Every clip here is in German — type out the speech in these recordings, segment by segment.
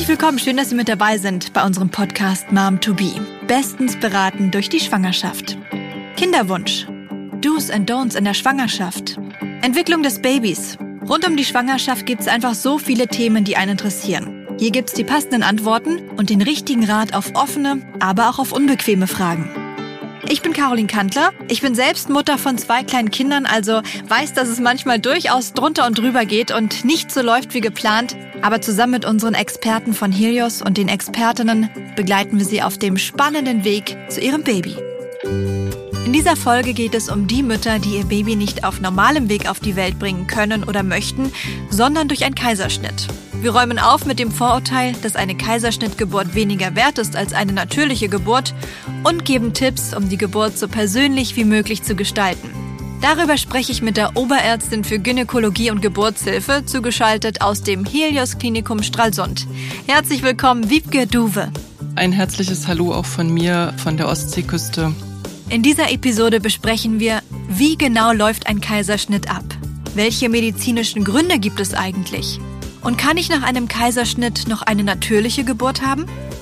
Herzlich willkommen, schön, dass Sie mit dabei sind bei unserem Podcast Mom to Be. Bestens beraten durch die Schwangerschaft. Kinderwunsch. Do's and Don'ts in der Schwangerschaft. Entwicklung des Babys. Rund um die Schwangerschaft gibt es einfach so viele Themen, die einen interessieren. Hier gibt es die passenden Antworten und den richtigen Rat auf offene, aber auch auf unbequeme Fragen. Ich bin Caroline Kantler. Ich bin selbst Mutter von 2 kleinen Kindern, also weiß, dass es manchmal durchaus drunter und drüber geht und nicht so läuft wie geplant. Aber zusammen mit unseren Experten von Helios und den Expertinnen begleiten wir sie auf dem spannenden Weg zu ihrem Baby. In dieser Folge geht es um die Mütter, die ihr Baby nicht auf normalem Weg auf die Welt bringen können oder möchten, sondern durch einen Kaiserschnitt. Wir räumen auf mit dem Vorurteil, dass eine Kaiserschnittgeburt weniger wert ist als eine natürliche Geburt und geben Tipps, um die Geburt so persönlich wie möglich zu gestalten. Darüber spreche ich mit der Oberärztin für Gynäkologie und Geburtshilfe, zugeschaltet aus dem Helios Klinikum Stralsund. Herzlich willkommen, Wiebke Duwe. Ein herzliches Hallo auch von mir, von der Ostseeküste. In dieser Episode besprechen wir, wie genau läuft ein Kaiserschnitt ab? Welche medizinischen Gründe gibt es eigentlich? Und kann ich nach einem Kaiserschnitt noch eine natürliche Geburt haben?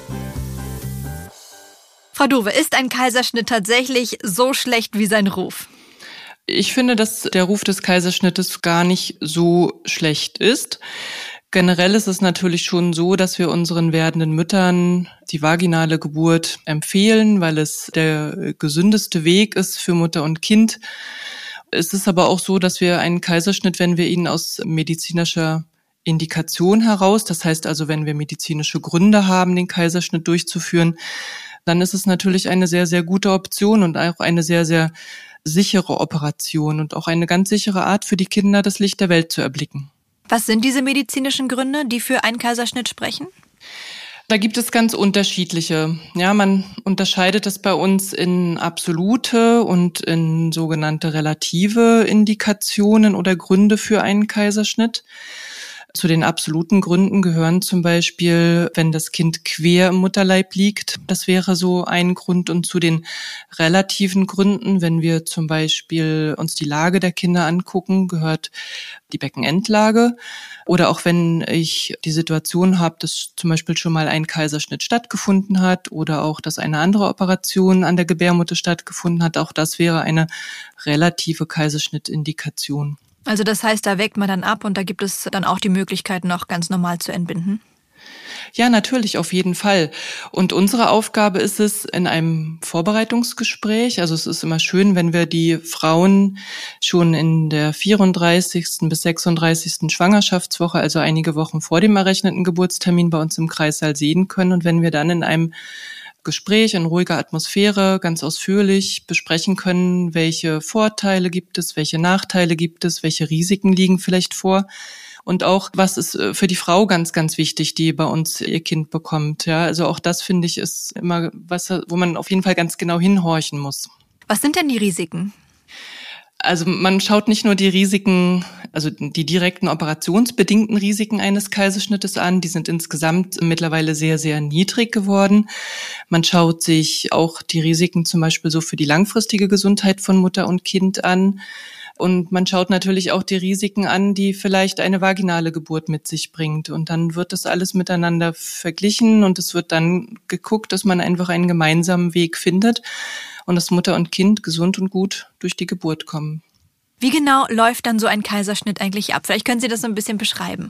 Frau Duwe, ist ein Kaiserschnitt tatsächlich so schlecht wie sein Ruf? Ich finde, dass der Ruf des Kaiserschnittes gar nicht so schlecht ist. Generell ist es natürlich schon so, dass wir unseren werdenden Müttern die vaginale Geburt empfehlen, weil es der gesündeste Weg ist für Mutter und Kind. Es ist aber auch so, dass wir einen Kaiserschnitt, wenn wir ihn aus medizinischer Indikation heraus, das heißt also, wenn wir medizinische Gründe haben, den Kaiserschnitt durchzuführen, dann ist es natürlich eine sehr, sehr gute Option und auch eine sehr, sehr sichere Operation und auch eine ganz sichere Art für die Kinder, das Licht der Welt zu erblicken. Was sind diese medizinischen Gründe, die für einen Kaiserschnitt sprechen? Da gibt es ganz unterschiedliche. Ja, man unterscheidet es bei uns in absolute und in sogenannte relative Indikationen oder Gründe für einen Kaiserschnitt. Zu den absoluten Gründen gehören zum Beispiel, wenn das Kind quer im Mutterleib liegt. Das wäre so ein Grund. Und zu den relativen Gründen, wenn wir zum Beispiel uns die Lage der Kinder angucken, gehört die Beckenendlage. Oder auch wenn ich die Situation habe, dass zum Beispiel schon mal ein Kaiserschnitt stattgefunden hat oder auch, dass eine andere Operation an der Gebärmutter stattgefunden hat. Auch das wäre eine relative Kaiserschnittindikation. Also das heißt, da wägt man dann ab und da gibt es dann auch die Möglichkeit, noch ganz normal zu entbinden? Ja, natürlich, auf jeden Fall. Und unsere Aufgabe ist es in einem Vorbereitungsgespräch, also es ist immer schön, wenn wir die Frauen schon in der 34. bis 36. Schwangerschaftswoche, also einige Wochen vor dem errechneten Geburtstermin bei uns im Kreissaal sehen können. Und wenn wir dann in einem Gespräch in ruhiger Atmosphäre ganz ausführlich besprechen können, welche Vorteile gibt es, welche Nachteile gibt es, welche Risiken liegen vielleicht vor und auch, was ist für die Frau ganz, ganz wichtig, die bei uns ihr Kind bekommt. Ja, also auch das, finde ich, ist immer was, wo man auf jeden Fall ganz genau hinhorchen muss. Was sind denn die Risiken? Also man schaut nicht nur die Risiken, also die direkten operationsbedingten Risiken eines Kaiserschnittes an, die sind insgesamt mittlerweile sehr, sehr niedrig geworden. Man schaut sich auch die Risiken zum Beispiel so für die langfristige Gesundheit von Mutter und Kind an. Und man schaut natürlich auch die Risiken an, die vielleicht eine vaginale Geburt mit sich bringt. Und dann wird das alles miteinander verglichen und es wird dann geguckt, dass man einfach einen gemeinsamen Weg findet und dass Mutter und Kind gesund und gut durch die Geburt kommen. Wie genau läuft dann so ein Kaiserschnitt eigentlich ab? Vielleicht können Sie das so ein bisschen beschreiben.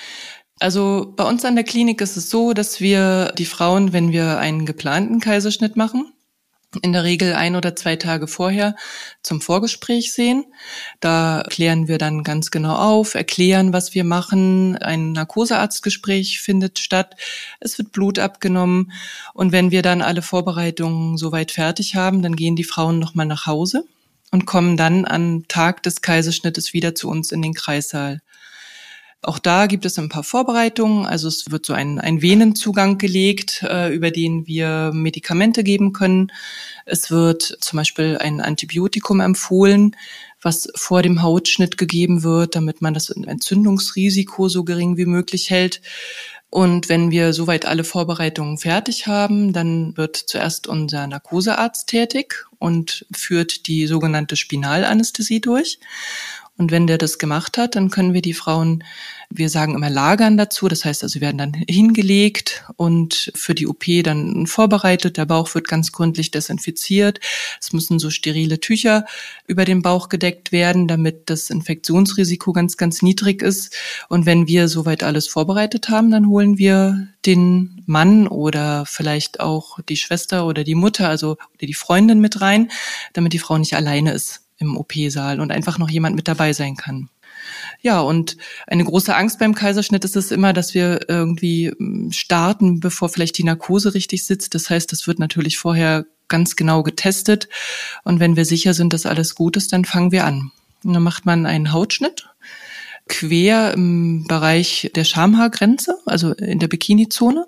Also bei uns an der Klinik ist es so, dass wir die Frauen, wenn wir einen geplanten Kaiserschnitt machen, in der Regel 1 oder 2 Tage vorher zum Vorgespräch sehen. Da klären wir dann ganz genau auf, erklären, was wir machen. Ein Narkosearztgespräch findet statt. Es wird Blut abgenommen. Und wenn wir dann alle Vorbereitungen soweit fertig haben, dann gehen die Frauen nochmal nach Hause und kommen dann am Tag des Kaiserschnittes wieder zu uns in den Kreissaal. Auch da gibt es ein paar Vorbereitungen, also es wird so ein Venenzugang gelegt, über den wir Medikamente geben können. Es wird zum Beispiel ein Antibiotikum empfohlen, was vor dem Hautschnitt gegeben wird, damit man das Entzündungsrisiko so gering wie möglich hält. Und wenn wir soweit alle Vorbereitungen fertig haben, dann wird zuerst unser Narkosearzt tätig und führt die sogenannte Spinalanästhesie durch. Und wenn der das gemacht hat, dann können wir die Frauen, wir sagen immer lagern dazu. Das heißt also, sie werden dann hingelegt und für die OP dann vorbereitet. Der Bauch wird ganz gründlich desinfiziert. Es müssen so sterile Tücher über den Bauch gedeckt werden, damit das Infektionsrisiko ganz, ganz niedrig ist. Und wenn wir soweit alles vorbereitet haben, dann holen wir den Mann oder vielleicht auch die Schwester oder die Mutter, also oder die Freundin mit rein, damit die Frau nicht alleine ist im OP-Saal und einfach noch jemand mit dabei sein kann. Ja, und eine große Angst beim Kaiserschnitt ist es immer, dass wir irgendwie starten, bevor vielleicht die Narkose richtig sitzt. Das heißt, das wird natürlich vorher ganz genau getestet. Und wenn wir sicher sind, dass alles gut ist, dann fangen wir an. Und dann macht man einen Hautschnitt quer im Bereich der Schamhaargrenze, also in der Bikinizone.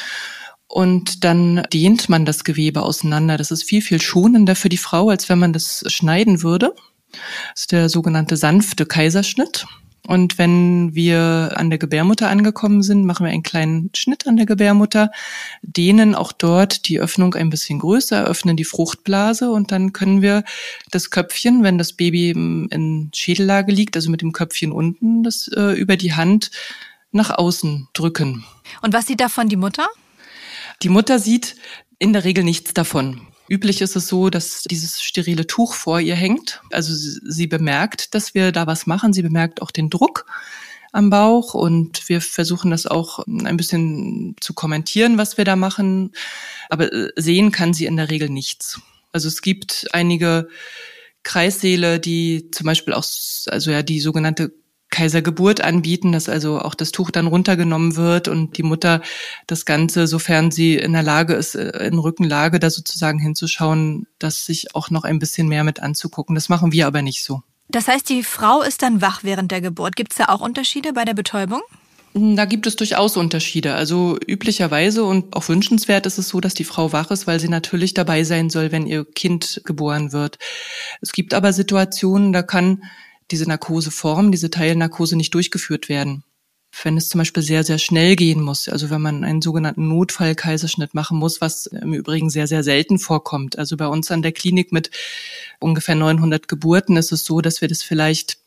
Und dann dehnt man das Gewebe auseinander. Das ist viel, viel schonender für die Frau, als wenn man das schneiden würde. Das ist der sogenannte sanfte Kaiserschnitt. Und wenn wir an der Gebärmutter angekommen sind, machen wir einen kleinen Schnitt an der Gebärmutter, dehnen auch dort die Öffnung ein bisschen größer, öffnen die Fruchtblase und dann können wir das Köpfchen, wenn das Baby in Schädellage liegt, also mit dem Köpfchen unten, das über die Hand nach außen drücken. Und was sieht davon die Mutter? Die Mutter sieht in der Regel nichts davon. Üblich ist es so, dass dieses sterile Tuch vor ihr hängt. Also sie bemerkt, dass wir da was machen. Sie bemerkt auch den Druck am Bauch und wir versuchen das auch ein bisschen zu kommentieren, was wir da machen. Aber sehen kann sie in der Regel nichts. Also es gibt einige Kreissäle, die zum Beispiel auch, also ja, die sogenannte Kaisergeburt anbieten, dass also auch das Tuch dann runtergenommen wird und die Mutter das Ganze, sofern sie in der Lage ist, in Rückenlage da sozusagen hinzuschauen, das sich auch noch ein bisschen mehr mit anzugucken. Das machen wir aber nicht so. Das heißt, die Frau ist dann wach während der Geburt. Gibt es da auch Unterschiede bei der Betäubung? Da gibt es durchaus Unterschiede. Also üblicherweise und auch wünschenswert ist es so, dass die Frau wach ist, weil sie natürlich dabei sein soll, wenn ihr Kind geboren wird. Es gibt aber Situationen, da kann diese Narkoseform, diese Teilnarkose nicht durchgeführt werden. Wenn es zum Beispiel sehr, sehr schnell gehen muss, also wenn man einen sogenannten Notfall-Kaiserschnitt machen muss, was im Übrigen sehr, sehr selten vorkommt. Also bei uns an der Klinik mit ungefähr 900 Geburten ist es so, dass wir das vielleicht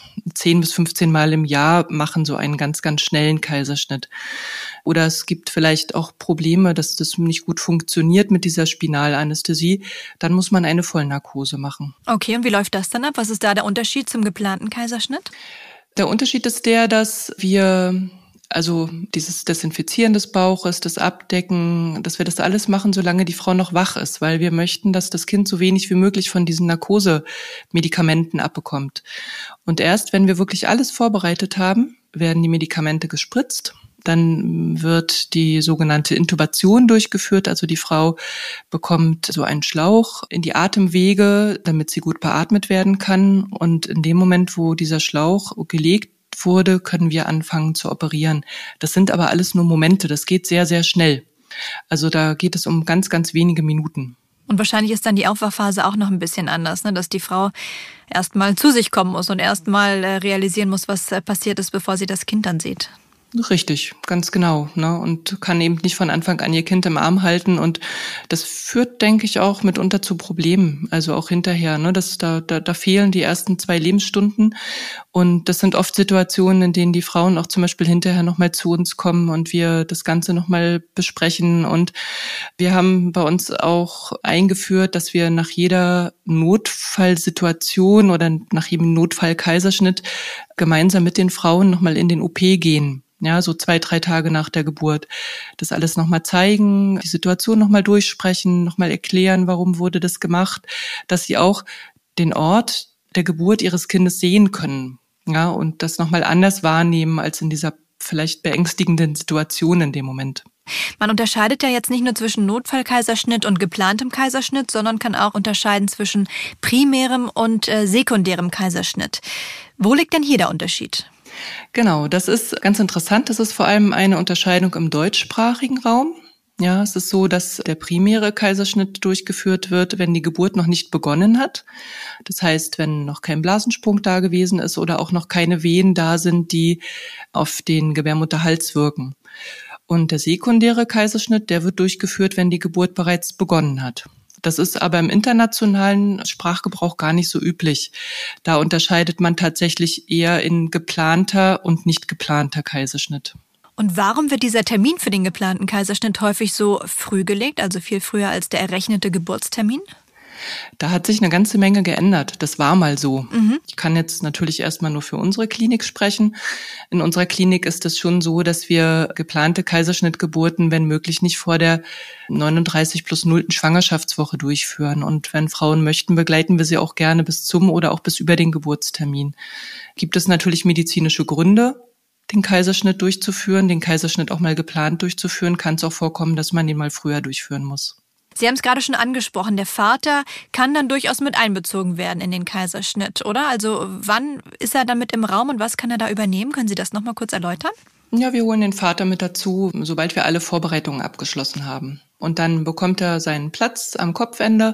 10 bis 15 Mal im Jahr machen, so einen ganz, ganz schnellen Kaiserschnitt. Oder es gibt vielleicht auch Probleme, dass das nicht gut funktioniert mit dieser Spinalanästhesie. Dann muss man eine Vollnarkose machen. Okay, und wie läuft das dann ab? Was ist da der Unterschied zum geplanten Kaiserschnitt? Der Unterschied ist der, dass wir also dieses Desinfizieren des Bauches, das Abdecken, dass wir das alles machen, solange die Frau noch wach ist, weil wir möchten, dass das Kind so wenig wie möglich von diesen Narkosemedikamenten abbekommt. Und erst, wenn wir wirklich alles vorbereitet haben, werden die Medikamente gespritzt. Dann wird die sogenannte Intubation durchgeführt, also die Frau bekommt so einen Schlauch in die Atemwege, damit sie gut beatmet werden kann. Und in dem Moment, wo dieser Schlauch gelegt wurde, können wir anfangen zu operieren. Das sind aber alles nur Momente, das geht sehr, sehr schnell. Also da geht es um ganz, ganz wenige Minuten. Und wahrscheinlich ist dann die Aufwachphase auch noch ein bisschen anders, ne? Dass die Frau erstmal zu sich kommen muss und erstmal realisieren muss, was passiert ist, bevor sie das Kind dann sieht. Richtig, ganz genau, ne? Und kann eben nicht von Anfang an ihr Kind im Arm halten. Und das führt, denke ich, auch mitunter zu Problemen. Also auch hinterher, ne? Da fehlen die ersten 2 Lebensstunden. Und das sind oft Situationen, in denen die Frauen auch zum Beispiel hinterher nochmal zu uns kommen und wir das Ganze nochmal besprechen. Und wir haben bei uns auch eingeführt, dass wir nach jeder Notfallsituation oder nach jedem Notfall-Kaiserschnitt gemeinsam mit den Frauen nochmal in den OP gehen. Ja, so 2, 3 Tage nach der Geburt. Das alles nochmal zeigen, die Situation nochmal durchsprechen, nochmal erklären, warum wurde das gemacht, dass sie auch den Ort der Geburt ihres Kindes sehen können. Ja, und das nochmal anders wahrnehmen als in dieser vielleicht beängstigenden Situation in dem Moment. Man unterscheidet ja jetzt nicht nur zwischen Notfallkaiserschnitt und geplantem Kaiserschnitt, sondern kann auch unterscheiden zwischen primärem und sekundärem Kaiserschnitt. Wo liegt denn hier der Unterschied? Genau, das ist ganz interessant. Das ist vor allem eine Unterscheidung im deutschsprachigen Raum. Ja, es ist so, dass der primäre Kaiserschnitt durchgeführt wird, wenn die Geburt noch nicht begonnen hat. Das heißt, wenn noch kein Blasensprung da gewesen ist oder auch noch keine Wehen da sind, die auf den Gebärmutterhals wirken. Und der sekundäre Kaiserschnitt, der wird durchgeführt, wenn die Geburt bereits begonnen hat. Das ist aber im internationalen Sprachgebrauch gar nicht so üblich. Da unterscheidet man tatsächlich eher in geplanter und nicht geplanter Kaiserschnitt. Und warum wird dieser Termin für den geplanten Kaiserschnitt häufig so früh gelegt, also viel früher als der errechnete Geburtstermin? Da hat sich eine ganze Menge geändert. Das war mal so. Ich kann jetzt natürlich erstmal nur für unsere Klinik sprechen. In unserer Klinik ist es schon so, dass wir geplante Kaiserschnittgeburten, wenn möglich, nicht vor der 39+0. Schwangerschaftswoche durchführen. Und wenn Frauen möchten, begleiten wir sie auch gerne bis zum oder auch bis über den Geburtstermin. Gibt es natürlich medizinische Gründe, den Kaiserschnitt durchzuführen, den Kaiserschnitt auch mal geplant durchzuführen, kann es auch vorkommen, dass man den mal früher durchführen muss. Sie haben es gerade schon angesprochen, der Vater kann dann durchaus mit einbezogen werden in den Kaiserschnitt, oder? Also wann ist er damit im Raum und was kann er da übernehmen? Können Sie das nochmal kurz erläutern? Ja, wir holen den Vater mit dazu, sobald wir alle Vorbereitungen abgeschlossen haben. Und dann bekommt er seinen Platz am Kopfende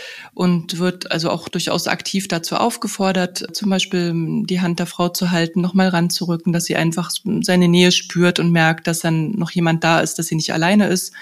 und wird also auch durchaus aktiv dazu aufgefordert, zum Beispiel die Hand der Frau zu halten, nochmal ranzurücken, dass sie einfach seine Nähe spürt und merkt, dass dann noch jemand da ist, dass sie nicht alleine ist.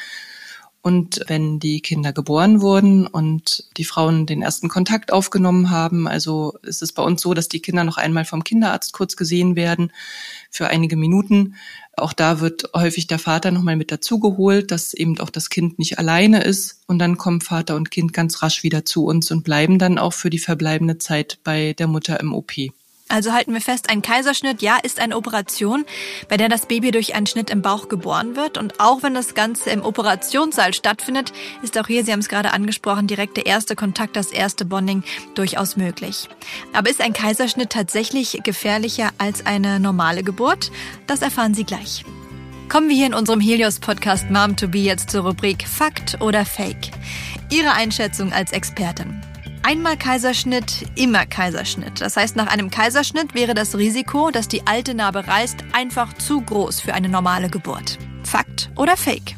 Und wenn die Kinder geboren wurden und die Frauen den ersten Kontakt aufgenommen haben, also ist es bei uns so, dass die Kinder noch einmal vom Kinderarzt kurz gesehen werden für einige Minuten. Auch da wird häufig der Vater nochmal mit dazugeholt, dass eben auch das Kind nicht alleine ist. Und dann kommen Vater und Kind ganz rasch wieder zu uns und bleiben dann auch für die verbleibende Zeit bei der Mutter im OP. Also halten wir fest, ein Kaiserschnitt, ja, ist eine Operation, bei der das Baby durch einen Schnitt im Bauch geboren wird. Und auch wenn das Ganze im Operationssaal stattfindet, ist auch hier, Sie haben es gerade angesprochen, direkt der erste Kontakt, das erste Bonding durchaus möglich. Aber ist ein Kaiserschnitt tatsächlich gefährlicher als eine normale Geburt? Das erfahren Sie gleich. Kommen wir hier in unserem Helios-Podcast Mom to Be jetzt zur Rubrik Fakt oder Fake. Ihre Einschätzung als Expertin. Einmal Kaiserschnitt, immer Kaiserschnitt. Das heißt, nach einem Kaiserschnitt wäre das Risiko, dass die alte Narbe reißt, einfach zu groß für eine normale Geburt. Fakt oder Fake?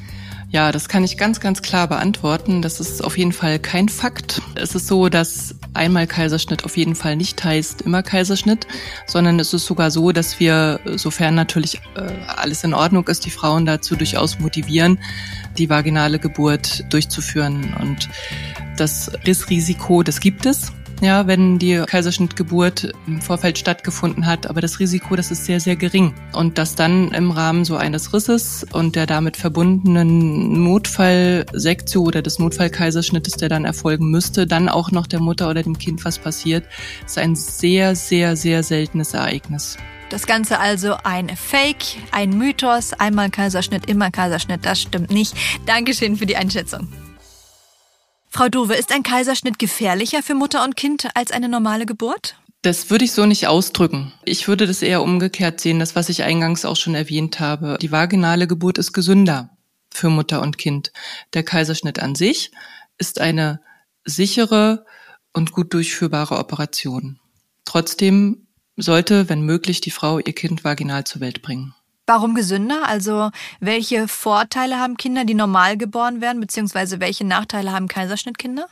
Ja, das kann ich ganz, ganz klar beantworten. Das ist auf jeden Fall kein Fakt. Es ist so, dass einmal Kaiserschnitt auf jeden Fall nicht heißt immer Kaiserschnitt, sondern es ist sogar so, dass wir, sofern natürlich alles in Ordnung ist, die Frauen dazu durchaus motivieren, die vaginale Geburt durchzuführen. Und das Rissrisiko, das gibt es, ja, wenn die Kaiserschnittgeburt im Vorfeld stattgefunden hat. Aber das Risiko, das ist sehr, sehr gering. Und dass dann im Rahmen so eines Risses und der damit verbundenen Notfallsektio oder des Notfallkaiserschnittes, der dann erfolgen müsste, dann auch noch der Mutter oder dem Kind was passiert, ist ein sehr, sehr, sehr seltenes Ereignis. Das Ganze also ein Fake, ein Mythos, einmal Kaiserschnitt, immer Kaiserschnitt, das stimmt nicht. Dankeschön für die Einschätzung. Frau Dove, ist ein Kaiserschnitt gefährlicher für Mutter und Kind als eine normale Geburt? Das würde ich so nicht ausdrücken. Ich würde das eher umgekehrt sehen, das, was ich eingangs auch schon erwähnt habe. Die vaginale Geburt ist gesünder für Mutter und Kind. Der Kaiserschnitt an sich ist eine sichere und gut durchführbare Operation. Trotzdem sollte, wenn möglich, die Frau ihr Kind vaginal zur Welt bringen. Warum gesünder? Also welche Vorteile haben Kinder, die normal geboren werden, beziehungsweise welche Nachteile haben Kaiserschnittkinder?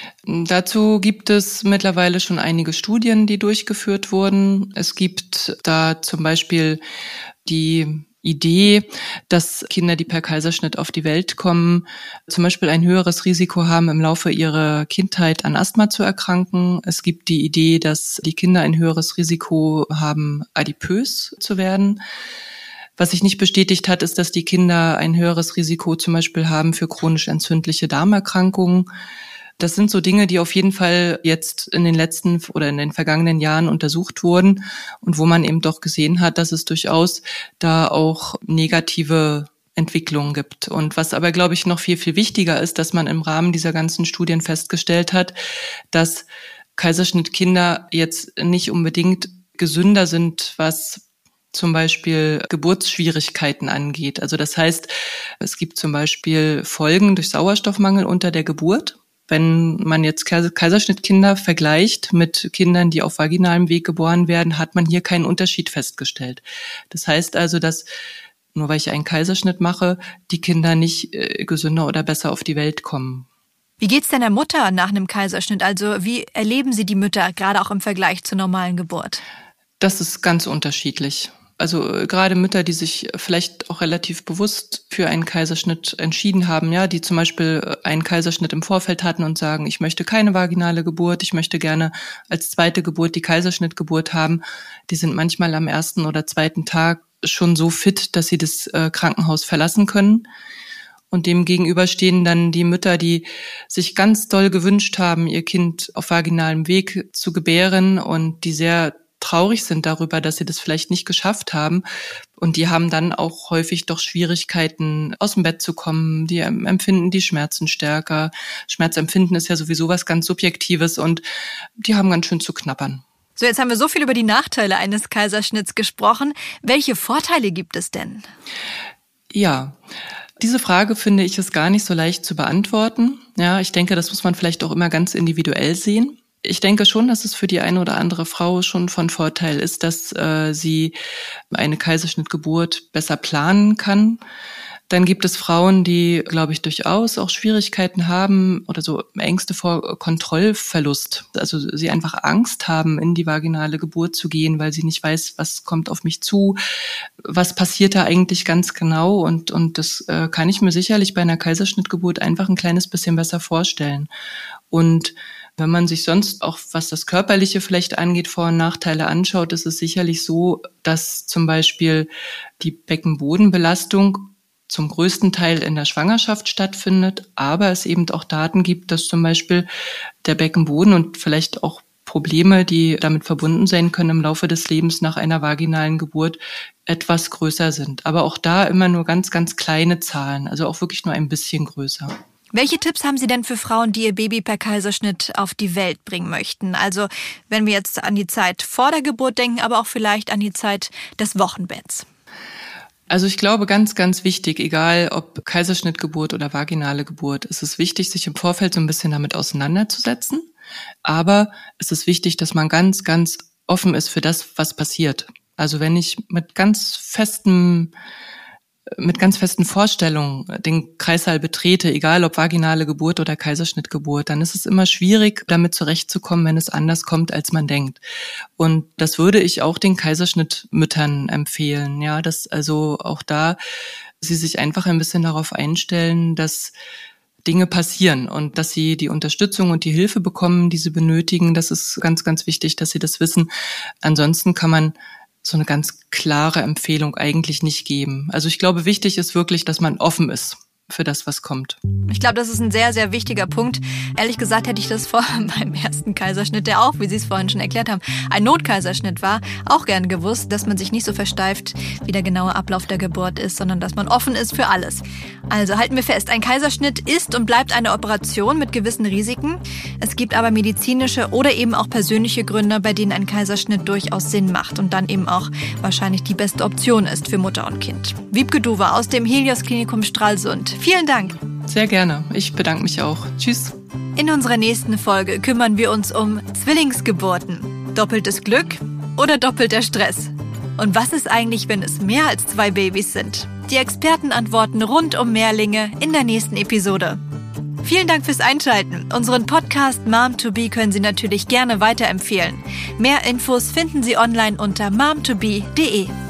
Dazu gibt es mittlerweile schon einige Studien, die durchgeführt wurden. Es gibt da zum Beispiel die Idee, dass Kinder, die per Kaiserschnitt auf die Welt kommen, zum Beispiel ein höheres Risiko haben, im Laufe ihrer Kindheit an Asthma zu erkranken. Es gibt die Idee, dass die Kinder ein höheres Risiko haben, adipös zu werden. Was sich nicht bestätigt hat, ist, dass die Kinder ein höheres Risiko zum Beispiel haben für chronisch entzündliche Darmerkrankungen. Das sind so Dinge, die auf jeden Fall jetzt in den letzten oder in den vergangenen Jahren untersucht wurden und wo man eben doch gesehen hat, dass es durchaus da auch negative Entwicklungen gibt. Und was aber, glaube ich, noch viel, viel wichtiger ist, dass man im Rahmen dieser ganzen Studien festgestellt hat, dass Kaiserschnittkinder jetzt nicht unbedingt gesünder sind, was zum Beispiel Geburtsschwierigkeiten angeht. Also das heißt, es gibt zum Beispiel Folgen durch Sauerstoffmangel unter der Geburt. Wenn man jetzt Kaiserschnittkinder vergleicht mit Kindern, die auf vaginalem Weg geboren werden, hat man hier keinen Unterschied festgestellt. Das heißt also, dass nur weil ich einen Kaiserschnitt mache, die Kinder nicht gesünder oder besser auf die Welt kommen. Wie geht's denn der Mutter nach einem Kaiserschnitt? Also wie erleben Sie die Mütter, gerade auch im Vergleich zur normalen Geburt? Das ist ganz unterschiedlich. Also gerade Mütter, die sich vielleicht auch relativ bewusst für einen Kaiserschnitt entschieden haben, ja, die zum Beispiel einen Kaiserschnitt im Vorfeld hatten und sagen, ich möchte keine vaginale Geburt, ich möchte gerne als zweite Geburt die Kaiserschnittgeburt haben, die sind manchmal am 1. oder 2. Tag schon so fit, dass sie das Krankenhaus verlassen können. Und dem gegenüber stehen dann die Mütter, die sich ganz doll gewünscht haben, ihr Kind auf vaginalem Weg zu gebären und die sehr traurig sind darüber, dass sie das vielleicht nicht geschafft haben. Und die haben dann auch häufig doch Schwierigkeiten, aus dem Bett zu kommen. Die empfinden die Schmerzen stärker. Schmerzempfinden ist ja sowieso was ganz Subjektives und die haben ganz schön zu knabbern. So, jetzt haben wir so viel über die Nachteile eines Kaiserschnitts gesprochen. Welche Vorteile gibt es denn? Ja, diese Frage finde ich ist gar nicht so leicht zu beantworten. Ja, ich denke, das muss man vielleicht auch immer ganz individuell sehen. Ich denke schon, dass es für die eine oder andere Frau schon von Vorteil ist, dass sie eine Kaiserschnittgeburt besser planen kann. Dann gibt es Frauen, die, glaube ich, durchaus auch Schwierigkeiten haben oder so Ängste vor Kontrollverlust. Also sie einfach Angst haben, in die vaginale Geburt zu gehen, weil sie nicht weiß, was kommt auf mich zu, was passiert da eigentlich ganz genau. Und das kann ich mir sicherlich bei einer Kaiserschnittgeburt einfach ein kleines bisschen besser vorstellen. Und wenn man sich sonst auch, was das Körperliche vielleicht angeht, Vor- und Nachteile anschaut, ist es sicherlich so, dass zum Beispiel die Beckenbodenbelastung zum größten Teil in der Schwangerschaft stattfindet, aber es eben auch Daten gibt, dass zum Beispiel der Beckenboden und vielleicht auch Probleme, die damit verbunden sein können im Laufe des Lebens nach einer vaginalen Geburt, etwas größer sind. Aber auch da immer nur ganz, ganz kleine Zahlen, also auch wirklich nur ein bisschen größer. Welche Tipps haben Sie denn für Frauen, die ihr Baby per Kaiserschnitt auf die Welt bringen möchten? Also wenn wir jetzt an die Zeit vor der Geburt denken, aber auch vielleicht an die Zeit des Wochenbetts. Also ich glaube, ganz, ganz wichtig, egal ob Kaiserschnittgeburt oder vaginale Geburt, ist es wichtig, sich im Vorfeld so ein bisschen damit auseinanderzusetzen. Aber es ist wichtig, dass man ganz, ganz offen ist für das, was passiert. Also wenn ich mit ganz festen Vorstellungen den Kreissaal betrete, egal ob vaginale Geburt oder Kaiserschnittgeburt, dann ist es immer schwierig, damit zurechtzukommen, wenn es anders kommt, als man denkt. Und das würde ich auch den Kaiserschnittmüttern empfehlen, ja, dass also auch da sie sich einfach ein bisschen darauf einstellen, dass Dinge passieren und dass sie die Unterstützung und die Hilfe bekommen, die sie benötigen. Das ist ganz, ganz wichtig, dass sie das wissen. Ansonsten kann man so eine ganz klare Empfehlung eigentlich nicht geben. Also ich glaube, wichtig ist wirklich, dass man offen ist für das, was kommt. Ich glaube, das ist ein sehr, sehr wichtiger Punkt. Ehrlich gesagt hätte ich das vor meinem ersten Kaiserschnitt, der auch, wie Sie es vorhin schon erklärt haben, ein Notkaiserschnitt war, auch gern gewusst, dass man sich nicht so versteift, wie der genaue Ablauf der Geburt ist, sondern dass man offen ist für alles. Also halten wir fest, ein Kaiserschnitt ist und bleibt eine Operation mit gewissen Risiken. Es gibt aber medizinische oder eben auch persönliche Gründe, bei denen ein Kaiserschnitt durchaus Sinn macht und dann eben auch wahrscheinlich die beste Option ist für Mutter und Kind. Wiebke Duwe aus dem Helios Klinikum Stralsund. Vielen Dank. Sehr gerne. Ich bedanke mich auch. Tschüss. In unserer nächsten Folge kümmern wir uns um Zwillingsgeburten. Doppeltes Glück oder doppelter Stress? Und was ist eigentlich, wenn es mehr als 2 Babys sind? Die Experten antworten rund um Mehrlinge in der nächsten Episode. Vielen Dank fürs Einschalten. Unseren Podcast Mom2Be können Sie natürlich gerne weiterempfehlen. Mehr Infos finden Sie online unter mom2be.de.